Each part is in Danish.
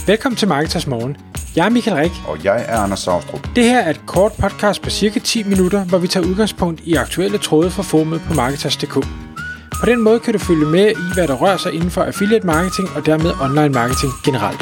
Velkommen til Marketers Morgen. Jeg er Michael Rik. Og jeg er Anders Saustrup. Det her er et kort podcast på cirka 10 minutter, hvor vi tager udgangspunkt i aktuelle tråde fra forumet på Marketers.dk. På den måde kan du følge med i, hvad der rører sig inden for affiliate marketing og dermed online marketing generelt.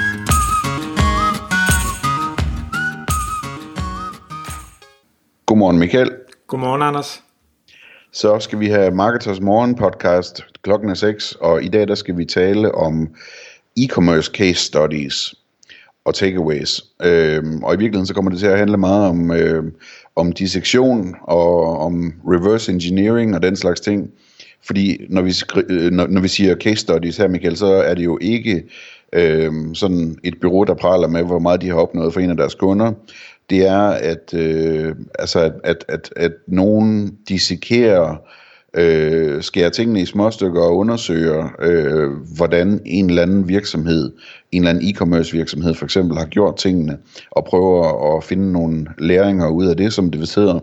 Godmorgen Michael. Godmorgen Anders. Så skal vi have Marketers Morgen podcast. Klokken er 6, og i dag der skal vi tale om e-commerce case studies og takeaways. Og i virkeligheden så kommer det til at handle meget om dissektion og om reverse engineering og den slags ting. Fordi når vi siger case studies her, Michael, så er det jo ikke sådan et bureau, der praler med, hvor meget de har opnået for en af deres kunder. Det er, at nogen dissekerer, skærer tingene i små stykker og undersøger, hvordan en eller anden virksomhed, en eller anden e-commerce virksomhed for eksempel, har gjort tingene, og prøver at finde nogle læringer ud af det, som det hedder.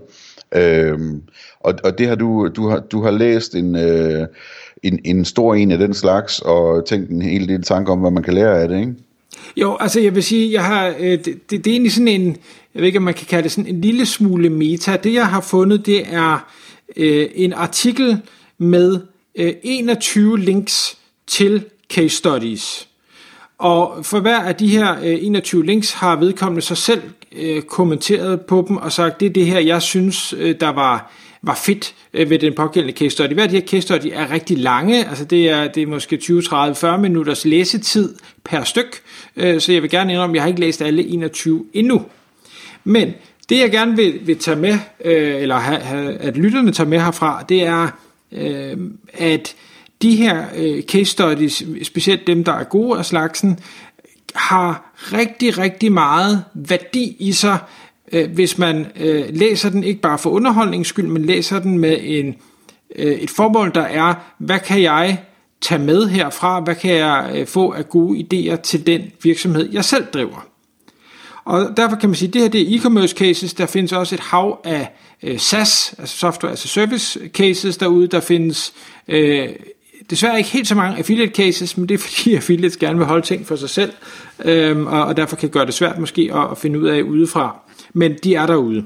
Og det har du har læst en stor en af den slags, og tænkt en hel del tanker om, hvad man kan lære af det, ikke? Jo, altså jeg vil sige, jeg har det er egentlig sådan en, jeg ved ikke om man kan kalde det sådan en lille smule meta. Det jeg har fundet, det er en artikel med 21 links til case studies. Og for hver af de her 21 links har vedkommende sig selv kommenteret på dem og sagt, det er det her, jeg synes, der var fedt ved den pågældende case study. Hver af de her case study er rigtig lange, altså det er måske 20, 30, 40 minutters læsetid per styk, så jeg vil gerne indrømme, jeg har ikke læst alle 21 endnu. Men det jeg gerne vil tage med, eller at lytterne tager med herfra, det er, at de her case studies, specielt dem der er gode af slagsen, har rigtig, rigtig meget værdi i sig, hvis man læser den ikke bare for underholdningens skyld, men læser den med et formål, der er, hvad kan jeg tage med herfra, hvad kan jeg få af gode idéer til den virksomhed, jeg selv driver. Og derfor kan man sige, at det her det er e-commerce cases, der findes også et hav af SaaS, altså software as a service cases derude, der findes desværre ikke helt så mange affiliate cases, men det er fordi affiliates gerne vil holde ting for sig selv, og derfor kan gøre det svært måske at finde ud af udefra. Men de er derude.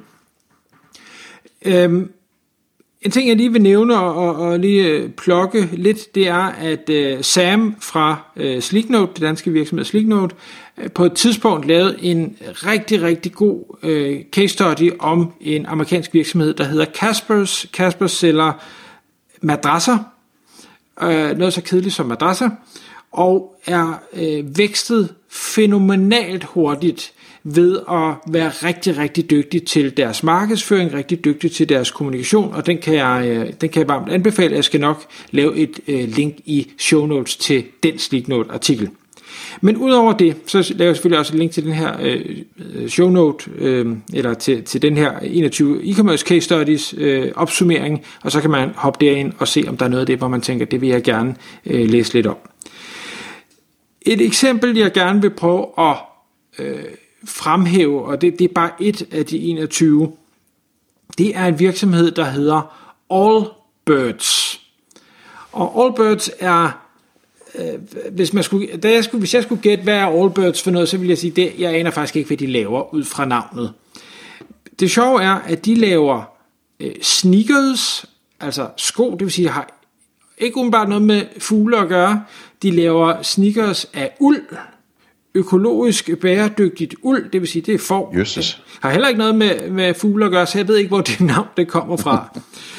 En ting jeg lige vil nævne og lige plukke lidt, det er at Sam fra Sleeknote, det danske virksomhed Sleeknote, på et tidspunkt lavede en rigtig, rigtig god case study om en amerikansk virksomhed, der hedder Caspers. Caspers sælger madrasser, noget så kedeligt som madrasser, og er vækstet fænomenalt hurtigt ved at være rigtig, rigtig dygtig til deres markedsføring, rigtig dygtig til deres kommunikation, og den kan jeg varmt anbefale. Jeg skal nok lave et link i show notes til den Sleeknote-artikel. Men udover det, så laver jeg selvfølgelig også et link til den her show note, eller til den her 21 e-commerce case studies opsummering, og så kan man hoppe derind og se, om der er noget af det, hvor man tænker, det vil jeg gerne læse lidt om. Et eksempel, jeg gerne vil prøve at fremhæve, og det er bare et af de 21, det er en virksomhed, der hedder Allbirds. Og Allbirds er, hvis jeg skulle gætte, hvad er Allbirds for noget, så vil jeg sige, det, jeg aner faktisk ikke, hvad de laver ud fra navnet. Det sjove er, at de laver sneakers, altså sko, det vil sige, har ikke umiddelbart noget med fugle at gøre. De laver sneakers af uld, økologisk bæredygtigt uld, det vil sige, det er får. Jesus. Har heller ikke noget med fugle at gøre, så jeg ved ikke, hvor det navn det kommer fra.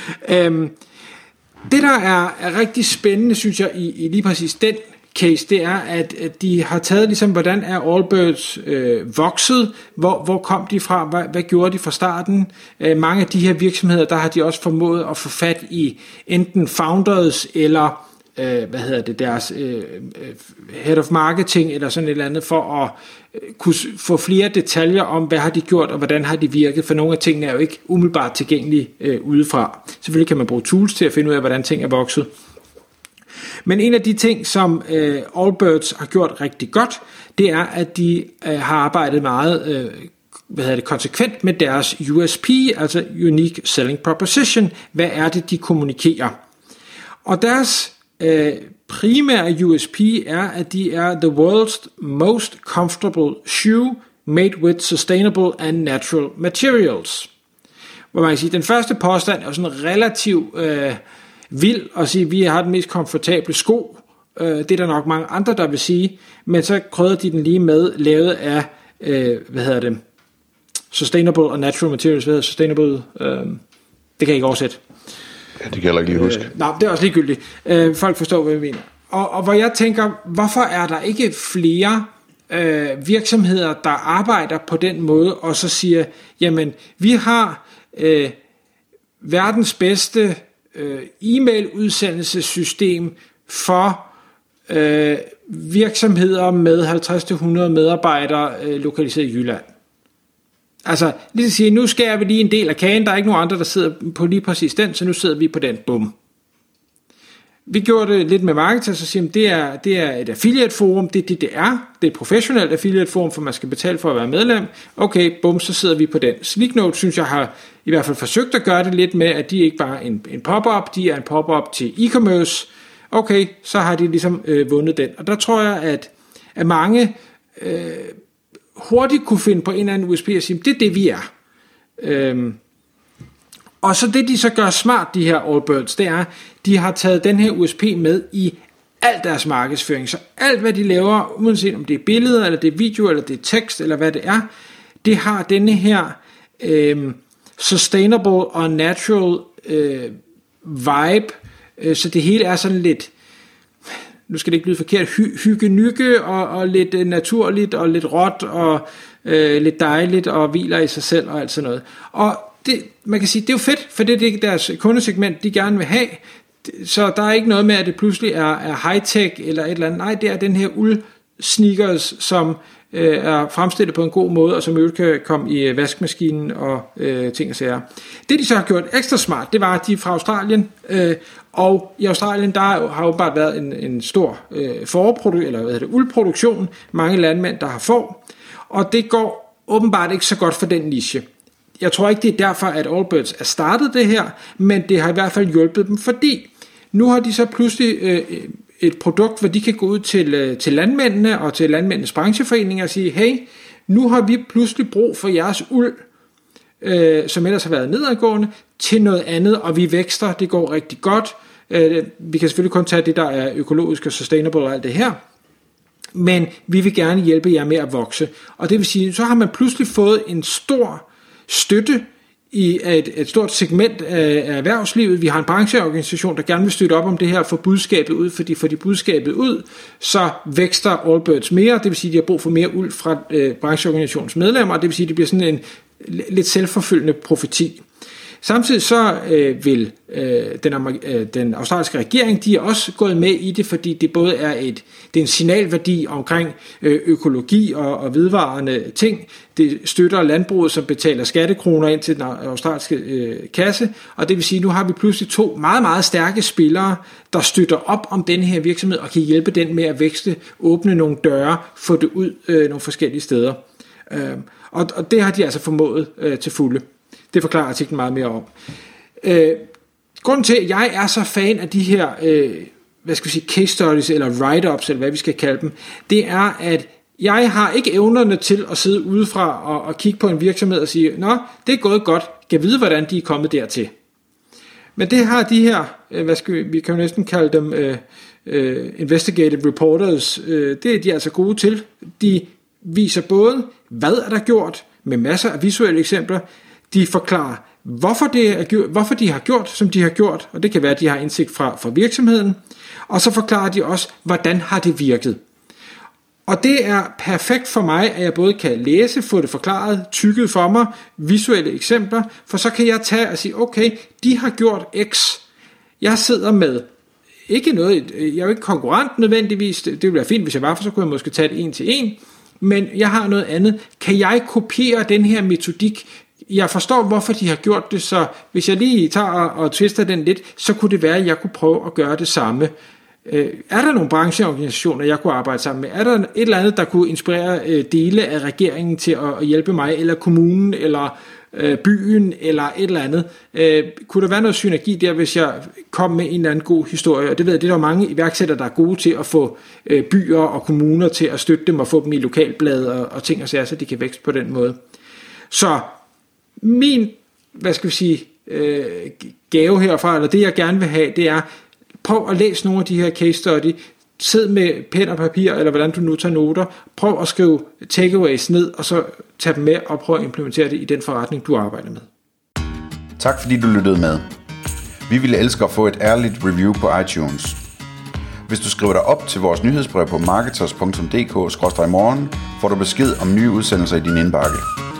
Det, der er rigtig spændende, synes jeg, i lige præcis den case, det er, at de har taget ligesom, hvordan er Allbirds vokset, hvor kom de fra, hvad gjorde de fra starten. Mange af de her virksomheder, der har de også formået at få fat i enten founders eller deres head of marketing eller sådan et eller andet, for at kunne få flere detaljer om, hvad har de gjort, og hvordan har de virket, for nogle af tingene er jo ikke umiddelbart tilgængelige udefra. Selvfølgelig kan man bruge tools til at finde ud af, hvordan ting er vokset. Men en af de ting, som Allbirds har gjort rigtig godt, det er, at de har arbejdet meget konsekvent med deres USP, altså Unique Selling Proposition. Hvad er det, de kommunikerer? Og deres primære USP er, at de er the world's most comfortable shoe made with sustainable and natural materials. Hvor man kan sige, den første påstand er jo sådan relativt vild at sige, at vi har den mest komfortable sko. Det er der nok mange andre, der vil sige, men så krydder de den lige med, lavet af, sustainable og natural materials, sustainable, det kan jeg ikke oversætte. Ja, det kan jeg ikke lige huske. Nej, det er også ligegyldigt. Folk forstår, hvad jeg mener. Og hvor jeg tænker, hvorfor er der ikke flere virksomheder, der arbejder på den måde, og så siger, jamen, vi har verdens bedste e-mail-udsendelsessystem for virksomheder med 50-100 medarbejdere lokaliseret i Jylland. Altså, lige at sige, nu skærer vi lige en del af kagen, der er ikke nogen andre, der sidder på lige præcis den, så nu sidder vi på den, bum. Vi gjorde det lidt med Marketers, så siger det er et affiliate forum, det er et professionelt affiliate forum, for man skal betale for at være medlem. Okay, bum, så sidder vi på den. Sleeknote, synes jeg, har i hvert fald forsøgt at gøre det lidt med, at de ikke bare er en pop-up, de er en pop-up til e-commerce. Okay, så har de ligesom vundet den. Og der tror jeg, at mange hurtigt kunne finde på en eller anden USB og sige, det er det, vi er. Og så det, de så gør smart, de her Allbirds, det er, de har taget den her USB med i al deres markedsføring. Så alt, hvad de laver, uanset om det er billeder, eller det er video, eller det er tekst, eller hvad det er, det har denne her sustainable og natural vibe, så det hele er sådan lidt, nu skal det ikke lyde forkert, hygge og lidt naturligt, og lidt råt, og lidt dejligt, og hviler i sig selv, og alt sådan noget. Og det, man kan sige, det er jo fedt, for det er deres kundesegment, de gerne vil have, så der er ikke noget med, at det pludselig er high-tech, eller et eller andet. Nej, det er den her uld-sneakers, som er fremstillet på en god måde, og som jo kan komme i vaskemaskinen og ting og sager. Det de så har gjort ekstra smart, det var, at de er fra Australien, og i Australien der har jo bare været en stor uldproduktion, mange landmænd der har får, og det går åbenbart ikke så godt for den niche. Jeg tror ikke, det er derfor, at Allbirds er startet det her, men det har i hvert fald hjulpet dem, fordi nu har de så pludselig et produkt, hvor de kan gå ud til landmændene og til landmændenes brancheforeninger og sige, hey, nu har vi pludselig brug for jeres uld, som ellers har været nedadgående, til noget andet, og vi vækster, det går rigtig godt. Vi kan selvfølgelig kun tage det, der er økologisk og sustainable og alt det her, men vi vil gerne hjælpe jer med at vokse. Og det vil sige, så har man pludselig fået en stor støtte i et stort segment af erhvervslivet. Vi har en brancheorganisation, der gerne vil støtte op om det her, få budskabet ud, fordi får de budskabet ud, så vækster Allbirds mere, det vil sige, at de har brug for mere uld fra brancheorganisationens medlemmer, og det vil sige, at det bliver sådan en lidt selvforfølgende profeti. Samtidig så vil den australske regering, de er også gået med i det, fordi det både er det er en signalværdi omkring økologi og vedvarende ting. Det støtter landbruget, som betaler skattekroner ind til den australske kasse, og det vil sige, at nu har vi pludselig 2 meget, meget stærke spillere, der støtter op om den her virksomhed og kan hjælpe den med at vækste, åbne nogle døre, få det ud nogle forskellige steder. Og det har de altså formået til fulde. Det forklarer artiklen meget mere om. Grunden til, at jeg er så fan af de her case studies, eller write-ups, eller hvad vi skal kalde dem, det er, at jeg har ikke evnerne til at sidde udefra og kigge på en virksomhed og sige, nå, det er gået godt, kan vide, hvordan de er kommet dertil. Men det har de her, vi kan jo næsten kalde dem investigative reporters, det er de altså gode til. De viser både, hvad er der gjort, med masser af visuelle eksempler. De forklarer, hvorfor de har gjort, som de har gjort, og det kan være, at de har indsigt fra virksomheden, og så forklarer de også, hvordan har det virket. Og det er perfekt for mig, at jeg både kan læse, få det forklaret, tykket for mig, visuelle eksempler, for så kan jeg tage og sige, okay, de har gjort X. Jeg sidder med ikke noget, jeg er jo ikke konkurrent nødvendigvis, det ville være fint, hvis jeg var, for så kunne jeg måske tage det 1 til 1, men jeg har noget andet. Kan jeg kopiere den her metodik? Jeg forstår, hvorfor de har gjort det, så hvis jeg lige tager og twister den lidt, så kunne det være, at jeg kunne prøve at gøre det samme. Er der nogle brancheorganisationer, jeg kunne arbejde sammen med? Er der et eller andet, der kunne inspirere dele af regeringen til at hjælpe mig, eller kommunen, eller byen eller et eller andet. Kunne der være noget synergi der, hvis jeg kom med en eller anden god historie? Og det ved jeg, det er der mange iværksættere, der er gode til at få byer og kommuner til at støtte dem og få dem i lokalblade og ting og sager, så de kan vækste på den måde. Så min, gave herfra, eller det jeg gerne vil have, det er, prøv at læse nogle af de her case study, sid med pen og papir, eller hvordan du nu tager noter, prøv at skrive takeaways ned, og så tag dem med og prøv at implementere det i den forretning, du arbejder med. Tak fordi du lyttede med. Vi ville elske at få et ærligt review på iTunes. Hvis du skriver dig op til vores nyhedsbrev på marketers.dk/morgen, får du besked om nye udsendelser i din indbakke.